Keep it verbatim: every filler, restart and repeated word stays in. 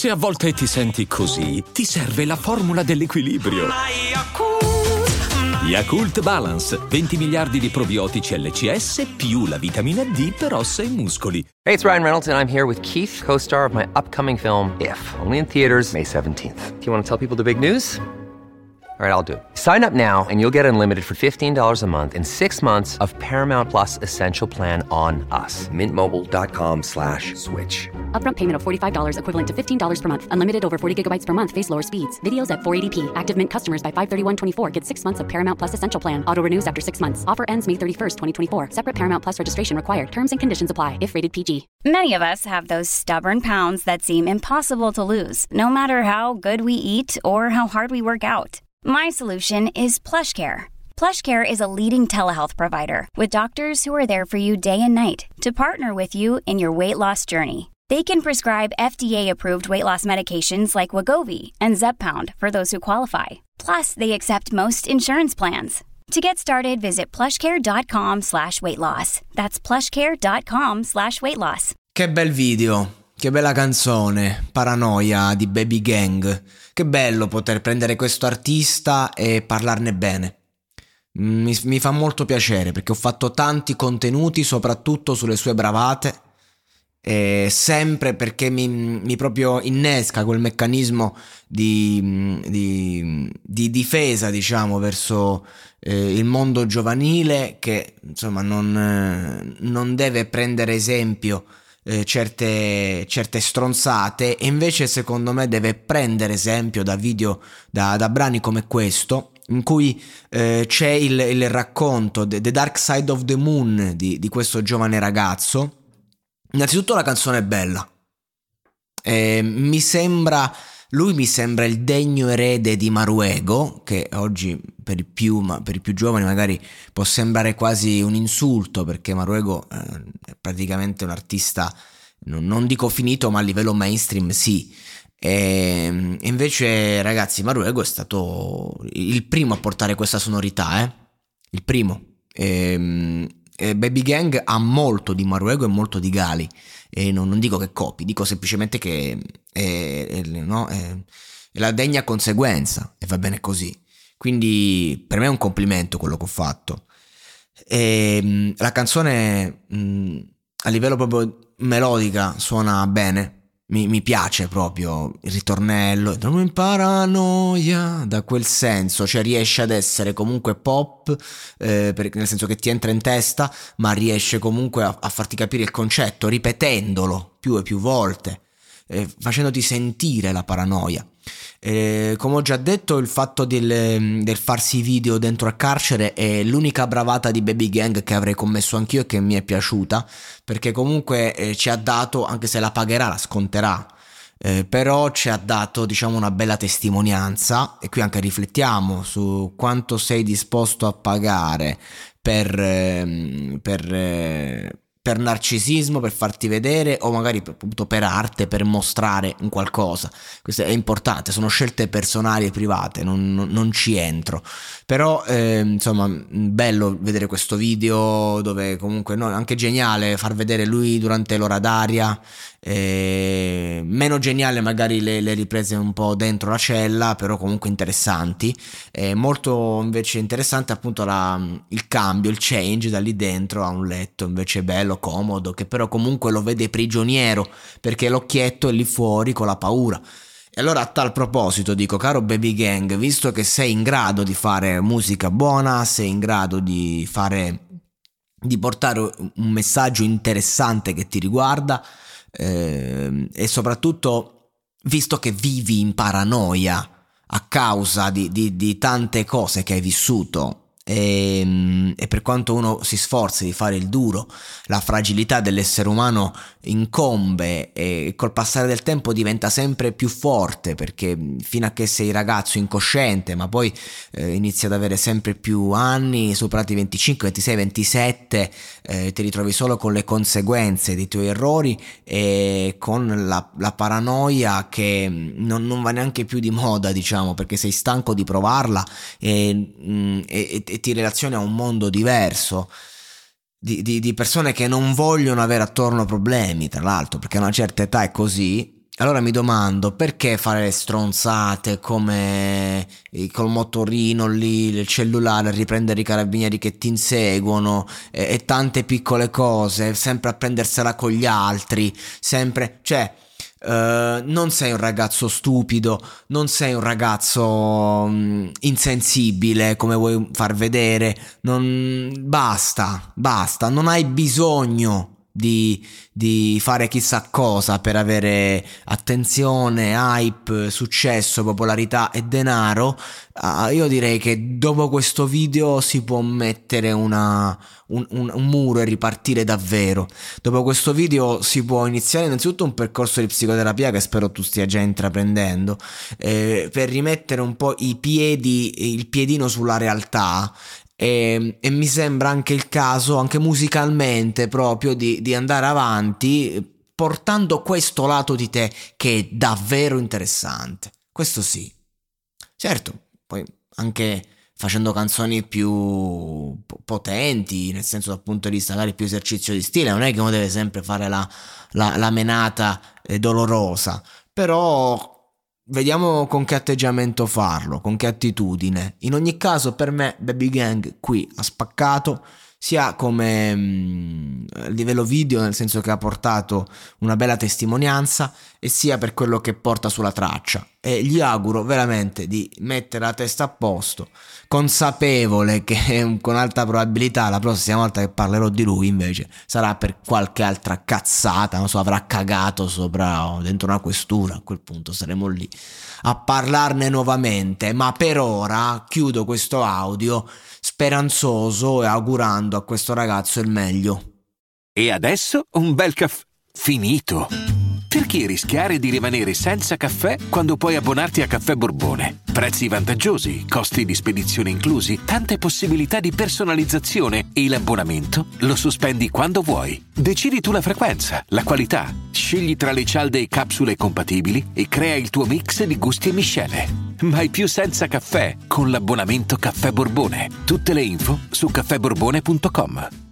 Se a volte ti senti così, ti serve la formula dell'equilibrio. Yakult Balance, venti miliardi di probiotici L C S più la vitamina D per ossa e muscoli. Hey, it's Ryan Reynolds and I'm here with Keith, co-star of my upcoming film If, only in theaters May seventeenth. Do you want to tell people the big news? All right, I'll do it. Sign up now and you'll get unlimited for fifteen dollars a month and six months of Paramount Plus Essential Plan on us. Mint Mobile dot com slash switch. Upfront payment of forty-five dollars equivalent to fifteen dollars per month. Unlimited over forty gigabytes per month. Face lower speeds. Videos at four eighty p. Active Mint customers by five thirty-one twenty-four get six months of Paramount Plus Essential Plan. Auto renews after six months. Offer ends May thirty-first, twenty twenty-four. Separate Paramount Plus registration required. Terms and conditions apply if rated P G. Many of us have those stubborn pounds that seem impossible to lose, no matter how good we eat or how hard we work out. My solution is PlushCare. PlushCare is a leading telehealth provider with doctors who are there for you day and night to partner with you in your weight loss journey. They can prescribe F D A-approved weight loss medications like Wegovy and Zepbound for those who qualify. Plus, they accept most insurance plans. To get started, visit plushcare.com slash weight loss. That's plushcare.com slash weight loss. Che bel video. Che bella canzone, Paranoia di Baby Gang. Che bello poter prendere questo artista e parlarne bene. Mi, mi fa molto piacere perché ho fatto tanti contenuti soprattutto sulle sue bravate, e sempre perché mi, mi proprio innesca quel meccanismo di, di, di difesa, diciamo, verso eh, il mondo giovanile che insomma non, eh, non deve prendere esempio Eh, certe, certe stronzate, e invece secondo me deve prendere esempio da video, da, da brani come questo in cui eh, c'è il, il racconto The Dark Side of the Moon di, di questo giovane ragazzo. Innanzitutto la canzone è bella, eh, mi sembra lui mi sembra il degno erede di Maruego, che oggi per i più, ma per i più giovani magari può sembrare quasi un insulto, perché Maruego eh, è praticamente un artista, non, non dico finito, ma a livello mainstream sì. E invece, ragazzi, Maruego è stato il primo a portare questa sonorità, eh? Il primo. E, e Baby Gang ha molto di Maruego e molto di Gali. E non, non dico che copi, dico semplicemente che è, è, no, è, è la degna conseguenza, e va bene così. Quindi per me è un complimento quello che ho fatto. E, la canzone mh, a livello proprio melodica suona bene, mi, mi piace proprio il ritornello, non in paranoia, da quel senso, cioè riesce ad essere comunque pop, eh, per, nel senso che ti entra in testa, ma riesce comunque a, a farti capire il concetto, ripetendolo più e più volte, eh, facendoti sentire la paranoia. Eh, come ho già detto, il fatto del, del farsi video dentro al carcere è l'unica bravata di Baby Gang che avrei commesso anch'io e che mi è piaciuta, perché comunque eh, ci ha dato, anche se la pagherà, la sconterà, eh, però ci ha dato, diciamo, una bella testimonianza. E qui anche riflettiamo su quanto sei disposto a pagare per, eh, per eh, per narcisismo, per farti vedere, o magari appunto per arte, per mostrare un qualcosa. Questo è importante, sono scelte personali e private, non, non, non ci entro. Però eh, insomma, bello vedere questo video dove comunque no, anche geniale far vedere lui durante l'ora d'aria, eh, meno geniale magari le, le riprese un po' dentro la cella, però comunque interessanti. Eh, molto invece interessante appunto la, il cambio, il change da lì dentro a un letto invece bello, comodo, che però comunque lo vede prigioniero perché l'occhietto è lì fuori con la paura. E allora a tal proposito dico, caro Baby Gang, visto che sei in grado di fare musica buona, sei in grado di fare, di portare un messaggio interessante che ti riguarda, eh, e soprattutto visto che vivi in paranoia a causa di, di, di tante cose che hai vissuto, e, e per quanto uno si sforzi di fare il duro, la fragilità dell'essere umano incombe e col passare del tempo diventa sempre più forte, perché fino a che sei ragazzo incosciente, ma poi eh, inizi ad avere sempre più anni, superati i venticinque, ventisei, ventisette, eh, ti ritrovi solo con le conseguenze dei tuoi errori e con la, la paranoia che non, non va neanche più di moda, diciamo, perché sei stanco di provarla e, e, e ti relazioni a un mondo diverso di, di, di persone che non vogliono avere attorno problemi, tra l'altro, perché a una certa età è così, allora mi domando perché fare stronzate come col motorino lì, il cellulare, riprendere i carabinieri che ti inseguono e, e tante piccole cose, sempre a prendersela con gli altri, sempre, cioè Uh, non sei un ragazzo stupido, non sei un ragazzo um, insensibile come vuoi far vedere, non, basta, basta, non hai bisogno di, di fare chissà cosa per avere attenzione, hype, successo, popolarità e denaro. Uh, io direi che dopo questo video si può mettere una, un, un, un muro e ripartire davvero. Dopo questo video si può iniziare innanzitutto un percorso di psicoterapia che spero tu stia già intraprendendo, eh, per rimettere un po' i piedi, il piedino sulla realtà. E, e mi sembra anche il caso, anche musicalmente proprio, di, di andare avanti portando questo lato di te che è davvero interessante. Questo sì. Certo, poi anche facendo canzoni più potenti, nel senso dal punto di vista magari più esercizio di stile, non è che uno deve sempre fare la, la, la menata eh, dolorosa, però vediamo con che atteggiamento farlo, con che attitudine. In ogni caso per me Baby Gang qui ha spaccato, sia come mh, a livello video, nel senso che ha portato una bella testimonianza, e sia per quello che porta sulla traccia. E gli auguro veramente di mettere la testa a posto, consapevole che con alta probabilità la prossima volta che parlerò di lui invece sarà per qualche altra cazzata, non so, avrà cagato sopra o dentro una questura. A quel punto saremo lì a parlarne nuovamente, ma per ora chiudo questo audio speranzoso e augurando a questo ragazzo il meglio. E adesso un bel caffè finito. Perché rischiare di rimanere senza caffè quando puoi abbonarti a Caffè Borbone? Prezzi vantaggiosi, costi di spedizione inclusi, tante possibilità di personalizzazione e l'abbonamento lo sospendi quando vuoi. Decidi tu la frequenza, la qualità, scegli tra le cialde e capsule compatibili e crea il tuo mix di gusti e miscele. Mai più senza caffè con l'abbonamento Caffè Borbone. Tutte le info su caffè borbone punto com.